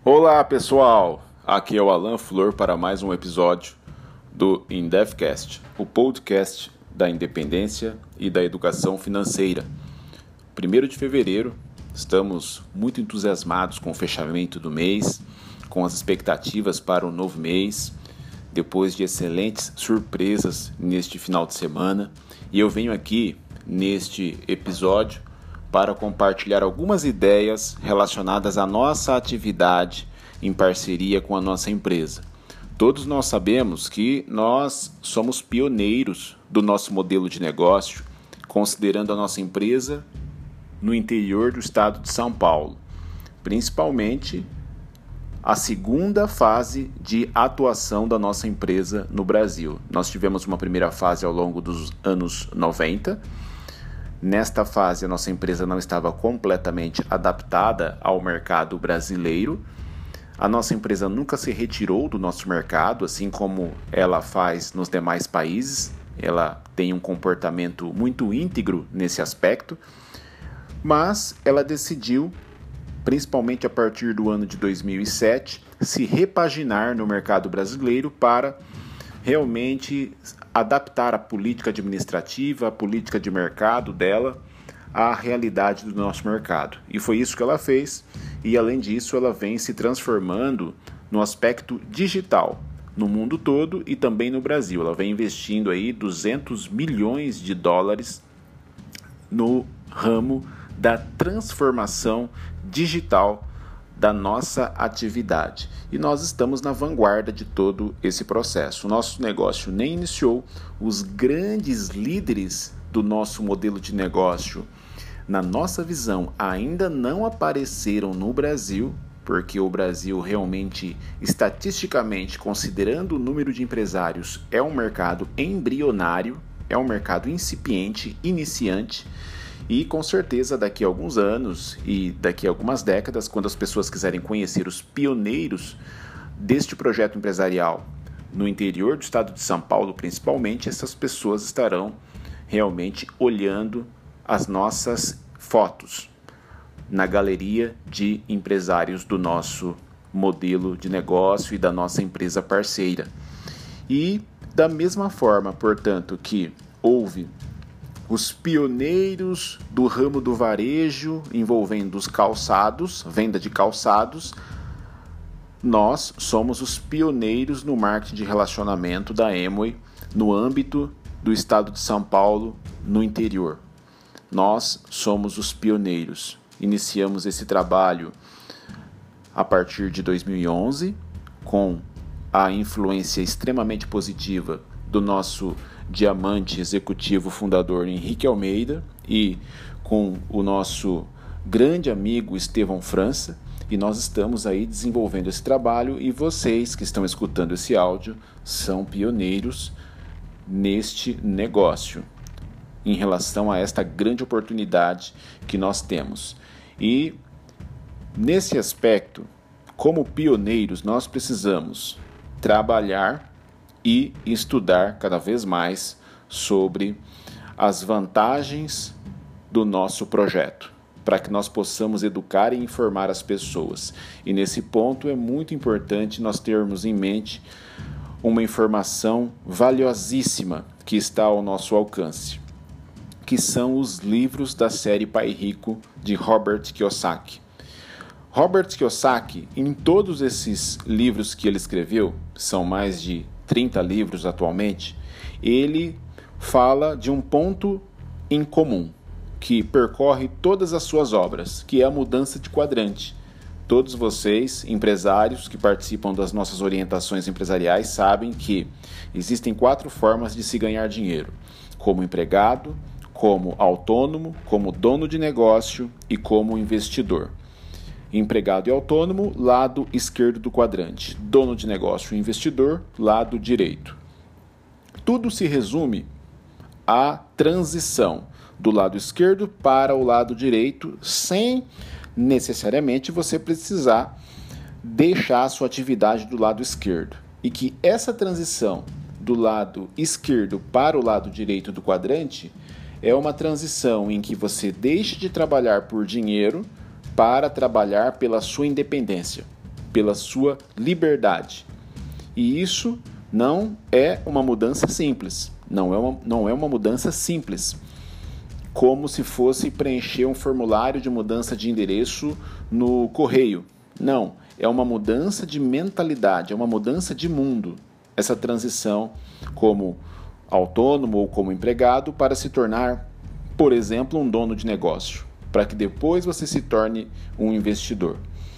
Olá pessoal, aqui é o Alan Flor para mais um episódio do IndefCast, o podcast da independência e da educação financeira. 1º de fevereiro, estamos muito entusiasmados com o fechamento do mês, com as expectativas para o novo mês, depois de excelentes surpresas neste final de semana, e eu venho aqui neste episódio para compartilhar algumas ideias relacionadas à nossa atividade em parceria com a nossa empresa. Todos nós sabemos que nós somos pioneiros do nosso modelo de negócio, considerando a nossa empresa no interior do estado de São Paulo, principalmente a segunda fase de atuação da nossa empresa no Brasil. Nós tivemos uma primeira fase ao longo dos anos 90. Nesta fase, a nossa empresa não estava completamente adaptada ao mercado brasileiro. A nossa empresa nunca se retirou do nosso mercado, assim como ela faz nos demais países. Ela tem um comportamento muito íntegro nesse aspecto, mas ela decidiu, principalmente a partir do ano de 2007, se repaginar no mercado brasileiro para realmente adaptar a política administrativa, a política de mercado dela à realidade do nosso mercado. E foi isso que ela fez, e além disso ela vem se transformando no aspecto digital, no mundo todo e também no Brasil. Ela vem investindo aí 200 milhões de dólares no ramo da transformação digital da nossa atividade. E nós estamos na vanguarda de todo esse processo. O nosso negócio nem iniciou, os grandes líderes do nosso modelo de negócio, na nossa visão, ainda não apareceram no Brasil, porque o Brasil realmente, estatisticamente, considerando o número de empresários, é um mercado embrionário, é um mercado incipiente, iniciante. E com certeza daqui a alguns anos e daqui a algumas décadas, quando as pessoas quiserem conhecer os pioneiros deste projeto empresarial no interior do estado de São Paulo principalmente, essas pessoas estarão realmente olhando as nossas fotos na galeria de empresários do nosso modelo de negócio e da nossa empresa parceira. E da mesma forma, portanto, que houve os pioneiros do ramo do varejo envolvendo os calçados, venda de calçados, nós somos os pioneiros no marketing de relacionamento da Amway no âmbito do estado de São Paulo, no interior. Nós somos os pioneiros. Iniciamos esse trabalho a partir de 2011, com a influência extremamente positiva do nosso diamante executivo fundador Henrique Almeida e com o nosso grande amigo Estevão França, e nós estamos aí desenvolvendo esse trabalho, e vocês que estão escutando esse áudio são pioneiros neste negócio em relação a esta grande oportunidade que nós temos. E nesse aspecto, como pioneiros, nós precisamos trabalhar e estudar cada vez mais sobre as vantagens do nosso projeto, para que nós possamos educar e informar as pessoas. E nesse ponto é muito importante nós termos em mente uma informação valiosíssima que está ao nosso alcance, que são os livros da série Pai Rico de Robert Kiyosaki. Robert Kiyosaki, em todos esses livros que ele escreveu, são mais de 30 livros atualmente, ele fala de um ponto em comum que percorre todas as suas obras, que é a mudança de quadrante. Todos vocês, empresários que participam das nossas orientações empresariais, sabem que existem 4 formas de se ganhar dinheiro: como empregado, como autônomo, como dono de negócio e como investidor. Empregado e autônomo, lado esquerdo do quadrante. Dono de negócio e investidor, lado direito. Tudo se resume à transição do lado esquerdo para o lado direito, sem necessariamente você precisar deixar a sua atividade do lado esquerdo. E que essa transição do lado esquerdo para o lado direito do quadrante é uma transição em que você deixa de trabalhar por dinheiro para trabalhar pela sua independência. pela sua liberdade. E isso não é uma mudança simples, não é uma mudança simples, como se fosse preencher um formulário de mudança de endereço no correio. Não, é uma mudança de mentalidade, é uma mudança de mundo, essa transição como autônomo ou como empregado para se tornar, por exemplo, um dono de negócio, para que depois você se torne um investidor.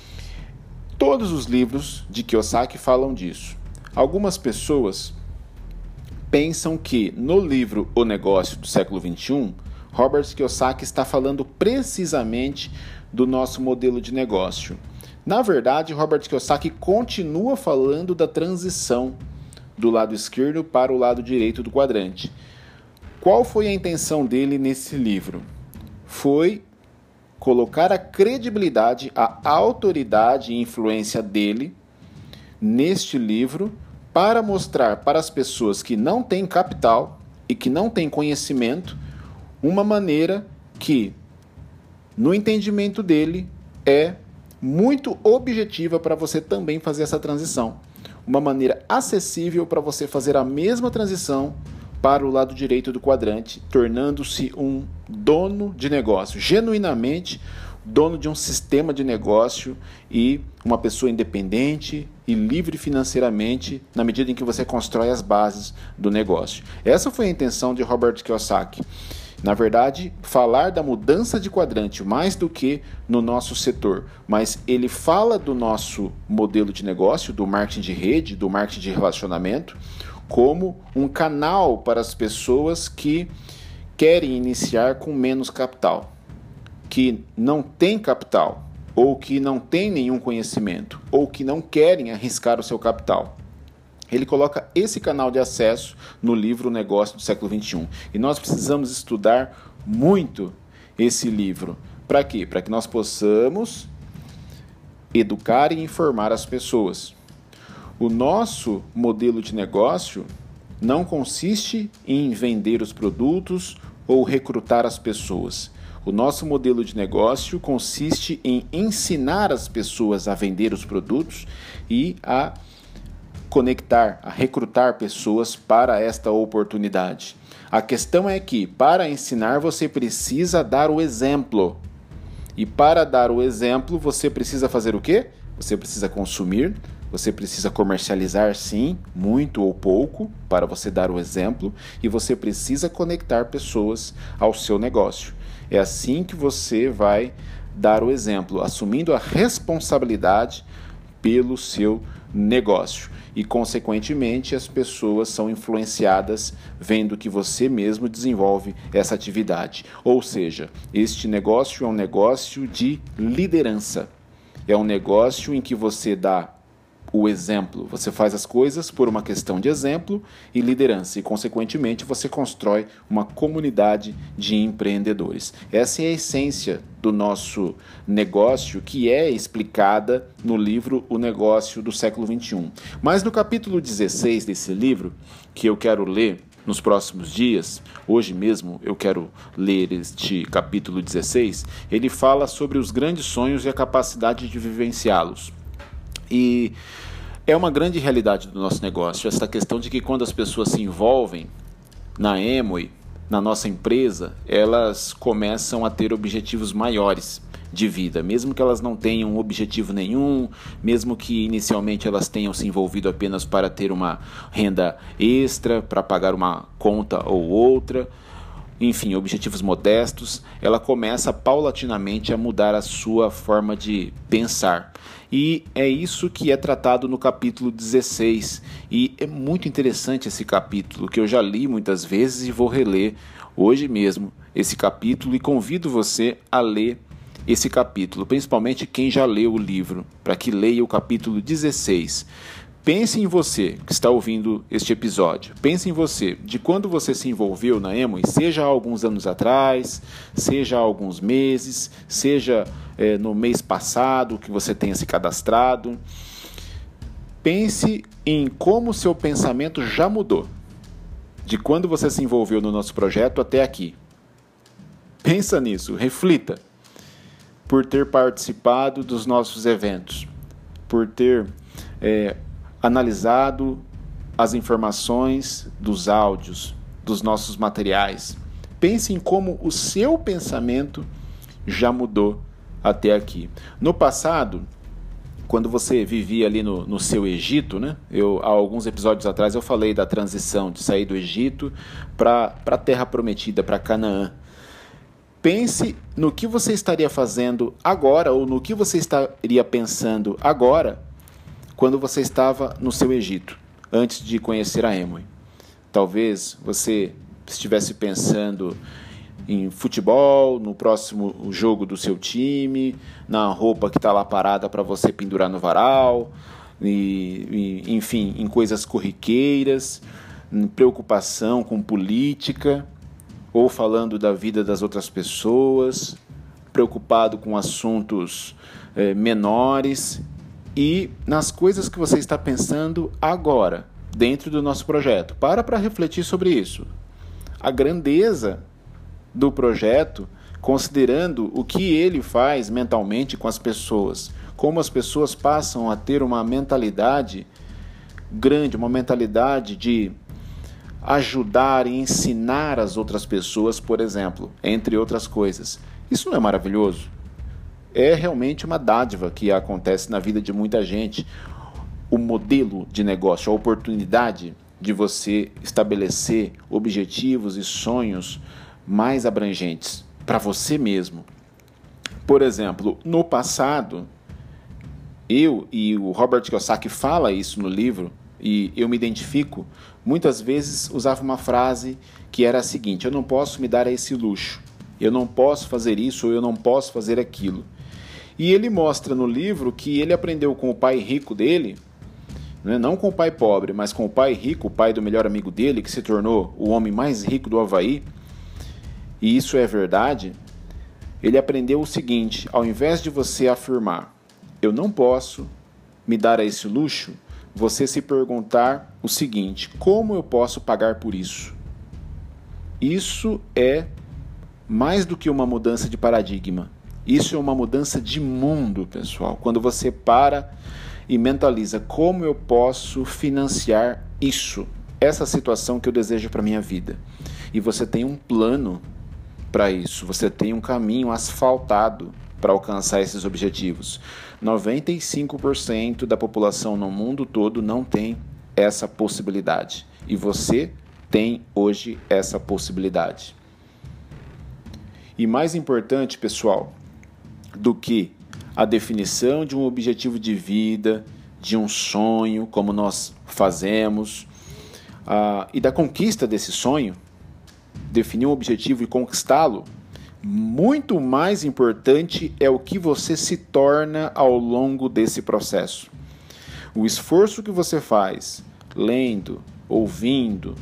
Todos os livros de Kiyosaki falam disso. Algumas pessoas pensam que no livro O Negócio do Século XXI, Robert Kiyosaki está falando precisamente do nosso modelo de negócio. Na verdade, Robert Kiyosaki continua falando da transição do lado esquerdo para o lado direito do quadrante. Qual foi a intenção dele nesse livro? Foi colocar a credibilidade, a autoridade e influência dele neste livro para mostrar para as pessoas que não têm capital e que não têm conhecimento uma maneira que, no entendimento dele, é muito objetiva para você também fazer essa transição. Uma maneira acessível para você fazer a mesma transição para o lado direito do quadrante, tornando-se um dono de negócio, genuinamente dono de um sistema de negócio e uma pessoa independente e livre financeiramente na medida em que você constrói as bases do negócio. Essa foi a intenção de Robert Kiyosaki. Na verdade, falar da mudança de quadrante mais do que no nosso setor, mas ele fala do nosso modelo de negócio, do marketing de rede, do marketing de relacionamento, como um canal para as pessoas que querem iniciar com menos capital, que não têm capital, ou que não têm nenhum conhecimento, ou que não querem arriscar o seu capital. Ele coloca esse canal de acesso no livro O Negócio do Século XXI. E nós precisamos estudar muito esse livro. Para quê? Para que nós possamos educar e informar as pessoas. O nosso modelo de negócio não consiste em vender os produtos ou recrutar as pessoas. O nosso modelo de negócio consiste em ensinar as pessoas a vender os produtos e a conectar, a recrutar pessoas para esta oportunidade. A questão é que, para ensinar, você precisa dar o exemplo. E para dar o exemplo, você precisa fazer o quê? Você precisa consumir, você precisa comercializar, sim, muito ou pouco, para você dar o exemplo, e você precisa conectar pessoas ao seu negócio. É assim que você vai dar o exemplo, assumindo a responsabilidade pelo seu negócio. E, consequentemente, as pessoas são influenciadas vendo que você mesmo desenvolve essa atividade. Ou seja, este negócio é um negócio de liderança. É um negócio em que você dá o exemplo. Você faz as coisas por uma questão de exemplo e liderança. E, consequentemente, você constrói uma comunidade de empreendedores. Essa é a essência do nosso negócio, que é explicada no livro O Negócio do Século XXI. Mas no capítulo 16 desse livro, que eu quero ler nos próximos dias, hoje mesmo eu quero ler este capítulo 16, ele fala sobre os grandes sonhos e a capacidade de vivenciá-los. E é uma grande realidade do nosso negócio, essa questão de que quando as pessoas se envolvem na Amway, na nossa empresa, elas começam a ter objetivos maiores de vida, mesmo que elas não tenham objetivo nenhum, mesmo que inicialmente elas tenham se envolvido apenas para ter uma renda extra, para pagar uma conta ou outra, enfim, objetivos modestos, ela começa paulatinamente a mudar a sua forma de pensar. E é isso que é tratado no capítulo 16. E é muito interessante esse capítulo, que eu já li muitas vezes e vou reler hoje mesmo esse capítulo, e convido você a ler esse capítulo, principalmente quem já leu o livro, para que leia o capítulo 16. Pense em você que está ouvindo este episódio. Pense em você, de quando você se envolveu na Amway, seja há alguns anos atrás, seja há alguns meses, seja no mês passado que você tenha se cadastrado. Pense em como o seu pensamento já mudou, de quando você se envolveu no nosso projeto até aqui. Pensa nisso, reflita por ter participado dos nossos eventos, por ter analisado as informações dos áudios, dos nossos materiais. Pense em como o seu pensamento já mudou até aqui. No passado, quando você vivia ali no seu Egito, né? Há alguns episódios atrás eu falei da transição de sair do Egito para a Terra Prometida, para Canaã. Pense no que você estaria fazendo agora, ou no que você estaria pensando agora, quando você estava no seu Egito, antes de conhecer a Amway. Talvez você estivesse pensando em futebol, no próximo jogo do seu time, na roupa que está lá parada para você pendurar no varal, enfim, em coisas corriqueiras, em preocupação com política, ou falando da vida das outras pessoas, preocupado com assuntos menores, e nas coisas que você está pensando agora, dentro do nosso projeto. Para refletir sobre isso. A grandeza do projeto, considerando o que ele faz mentalmente com as pessoas, como as pessoas passam a ter uma mentalidade grande, uma mentalidade de ajudar e ensinar as outras pessoas, por exemplo, entre outras coisas. Isso não é maravilhoso? É realmente uma dádiva que acontece na vida de muita gente. O modelo de negócio, a oportunidade de você estabelecer objetivos e sonhos mais abrangentes para você mesmo. Por exemplo, no passado, eu e o Robert Kiyosaki fala isso no livro, e eu me identifico, muitas vezes usava uma frase que era a seguinte: eu não posso me dar a esse luxo, eu não posso fazer isso ou eu não posso fazer aquilo. E ele mostra no livro que ele aprendeu com o pai rico dele, não com o pai pobre, mas com o pai rico, o pai do melhor amigo dele, que se tornou o homem mais rico do Havaí, e isso é verdade. Ele aprendeu o seguinte: ao invés de você afirmar, eu não posso me dar a esse luxo, você se perguntar o seguinte: como eu posso pagar por isso? Isso é mais do que uma mudança de paradigma. Isso é uma mudança de mundo, pessoal. Quando você para e mentaliza como eu posso financiar isso, essa situação que eu desejo para a minha vida. E você tem um plano para isso, você tem um caminho asfaltado para alcançar esses objetivos. 95% da população no mundo todo não tem essa possibilidade. E você tem hoje essa possibilidade. E mais importante, pessoal, do que a definição de um objetivo de vida, de um sonho, como nós fazemos, e da conquista desse sonho, definir um objetivo e conquistá-lo, muito mais importante é o que você se torna ao longo desse processo. O esforço que você faz, lendo, ouvindo,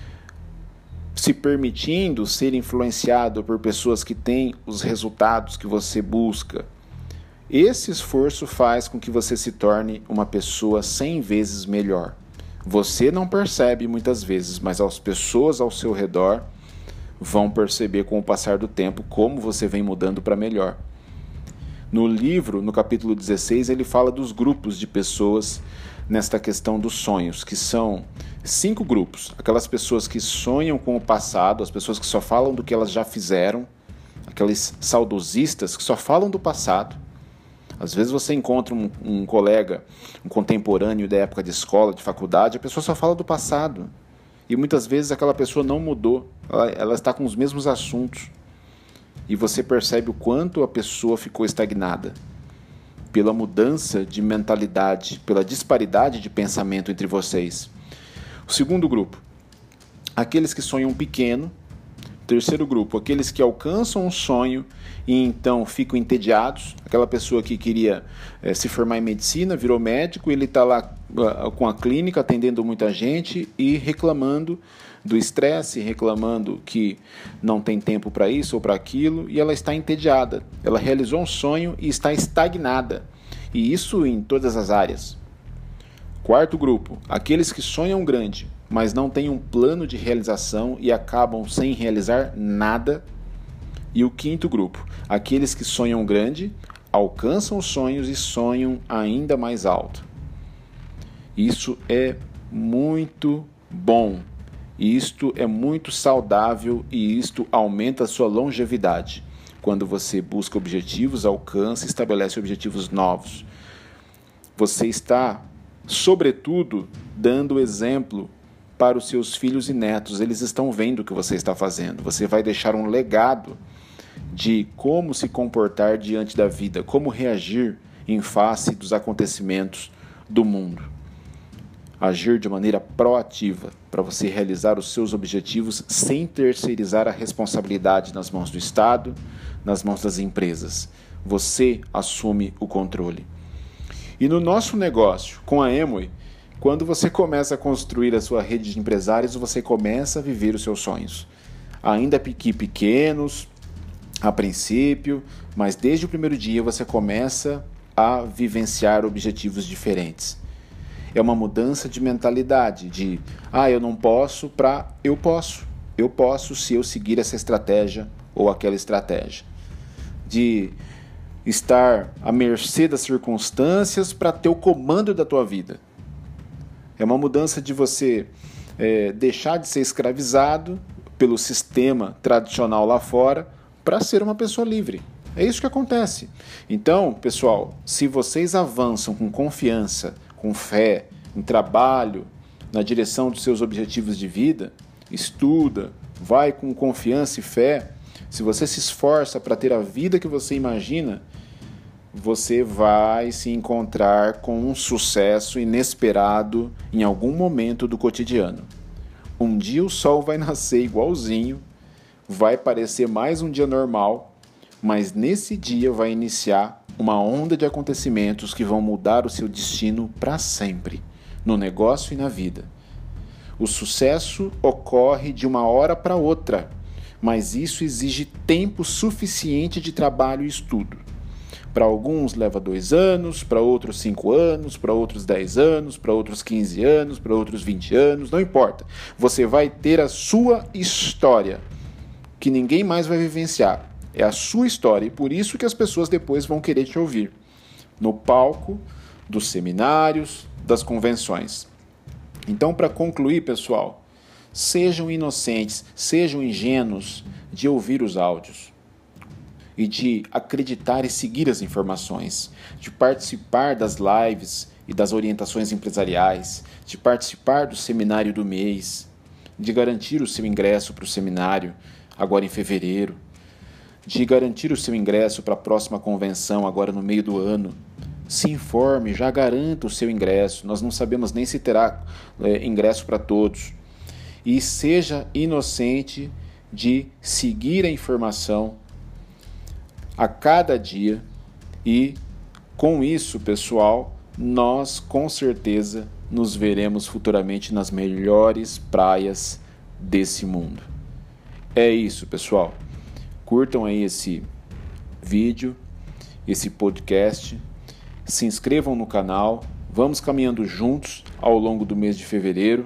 se permitindo ser influenciado por pessoas que têm os resultados que você busca. Esse esforço faz com que você se torne uma pessoa 100 vezes melhor. Você não percebe muitas vezes, mas as pessoas ao seu redor vão perceber com o passar do tempo como você vem mudando para melhor. No livro, no capítulo 16, ele fala dos grupos de pessoas nesta questão dos sonhos, que são 5 grupos. Aquelas pessoas que sonham com o passado, as pessoas que só falam do que elas já fizeram, aqueles saudosistas que só falam do passado. Às vezes você encontra um colega, um contemporâneo da época de escola, de faculdade, a pessoa só fala do passado. E muitas vezes aquela pessoa não mudou, ela está com os mesmos assuntos. E você percebe o quanto a pessoa ficou estagnada pela mudança de mentalidade, pela disparidade de pensamento entre vocês. O segundo grupo, aqueles que sonham pequeno. Terceiro grupo, aqueles que alcançam um sonho e então ficam entediados. Aquela pessoa que queria se formar em medicina, virou médico, ele está lá com a clínica atendendo muita gente e reclamando do estresse, reclamando que não tem tempo para isso ou para aquilo, e ela está entediada. Ela realizou um sonho e está estagnada. E isso em todas as áreas. Quarto grupo, aqueles que sonham grande, mas não têm um plano de realização e acabam sem realizar nada. E o quinto grupo, aqueles que sonham grande, alcançam os sonhos e sonham ainda mais alto. Isso é muito bom, isto é muito saudável e isto aumenta a sua longevidade. Quando você busca objetivos, alcança e estabelece objetivos novos. Você está, sobretudo, dando exemplo para os seus filhos e netos. Eles estão vendo o que você está fazendo. Você vai deixar um legado de como se comportar diante da vida, como reagir em face dos acontecimentos do mundo. Agir de maneira proativa para você realizar os seus objetivos sem terceirizar a responsabilidade nas mãos do Estado, nas mãos das empresas. Você assume o controle. E no nosso negócio, com a Amway, quando você começa a construir a sua rede de empresários, você começa a viver os seus sonhos. Ainda que pequenos, a princípio, mas desde o primeiro dia você começa a vivenciar objetivos diferentes. É uma mudança de mentalidade, de eu não posso para eu posso. Eu posso se eu seguir essa estratégia ou aquela estratégia. De estar à mercê das circunstâncias para ter o comando da tua vida. É uma mudança de você deixar de ser escravizado pelo sistema tradicional lá fora para ser uma pessoa livre. É isso que acontece. Então, pessoal, se vocês avançam com confiança, com fé, em trabalho, na direção dos seus objetivos de vida, estuda, vai com confiança e fé, se você se esforça para ter a vida que você imagina, você vai se encontrar com um sucesso inesperado em algum momento do cotidiano. Um dia o sol vai nascer igualzinho, vai parecer mais um dia normal, mas nesse dia vai iniciar uma onda de acontecimentos que vão mudar o seu destino para sempre, no negócio e na vida. O sucesso ocorre de uma hora para outra, mas isso exige tempo suficiente de trabalho e estudo. Para alguns leva 2 anos, para outros 5 anos, para outros 10 anos, para outros 15 anos, para outros 20 anos, não importa. Você vai ter a sua história, que ninguém mais vai vivenciar. É a sua história e por isso que as pessoas depois vão querer te ouvir. No palco dos seminários, das convenções. Então, para concluir, pessoal, sejam inocentes, sejam ingênuos de ouvir os áudios e de acreditar e seguir as informações, de participar das lives e das orientações empresariais, de participar do seminário do mês, de garantir o seu ingresso para o seminário agora em fevereiro, de garantir o seu ingresso para a próxima convenção agora no meio do ano. Se informe, já garanta o seu ingresso. Nós não sabemos nem se terá ingresso para todos. E seja inocente de seguir a informação a cada dia. E com isso, pessoal, nós com certeza nos veremos futuramente nas melhores praias desse mundo. É isso, pessoal. Curtam aí esse vídeo, esse podcast. Se inscrevam no canal, vamos caminhando juntos ao longo do mês de fevereiro.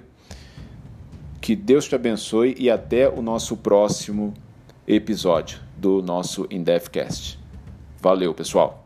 Que Deus te abençoe e até o nosso próximo episódio do nosso InDefCast. Valeu, pessoal!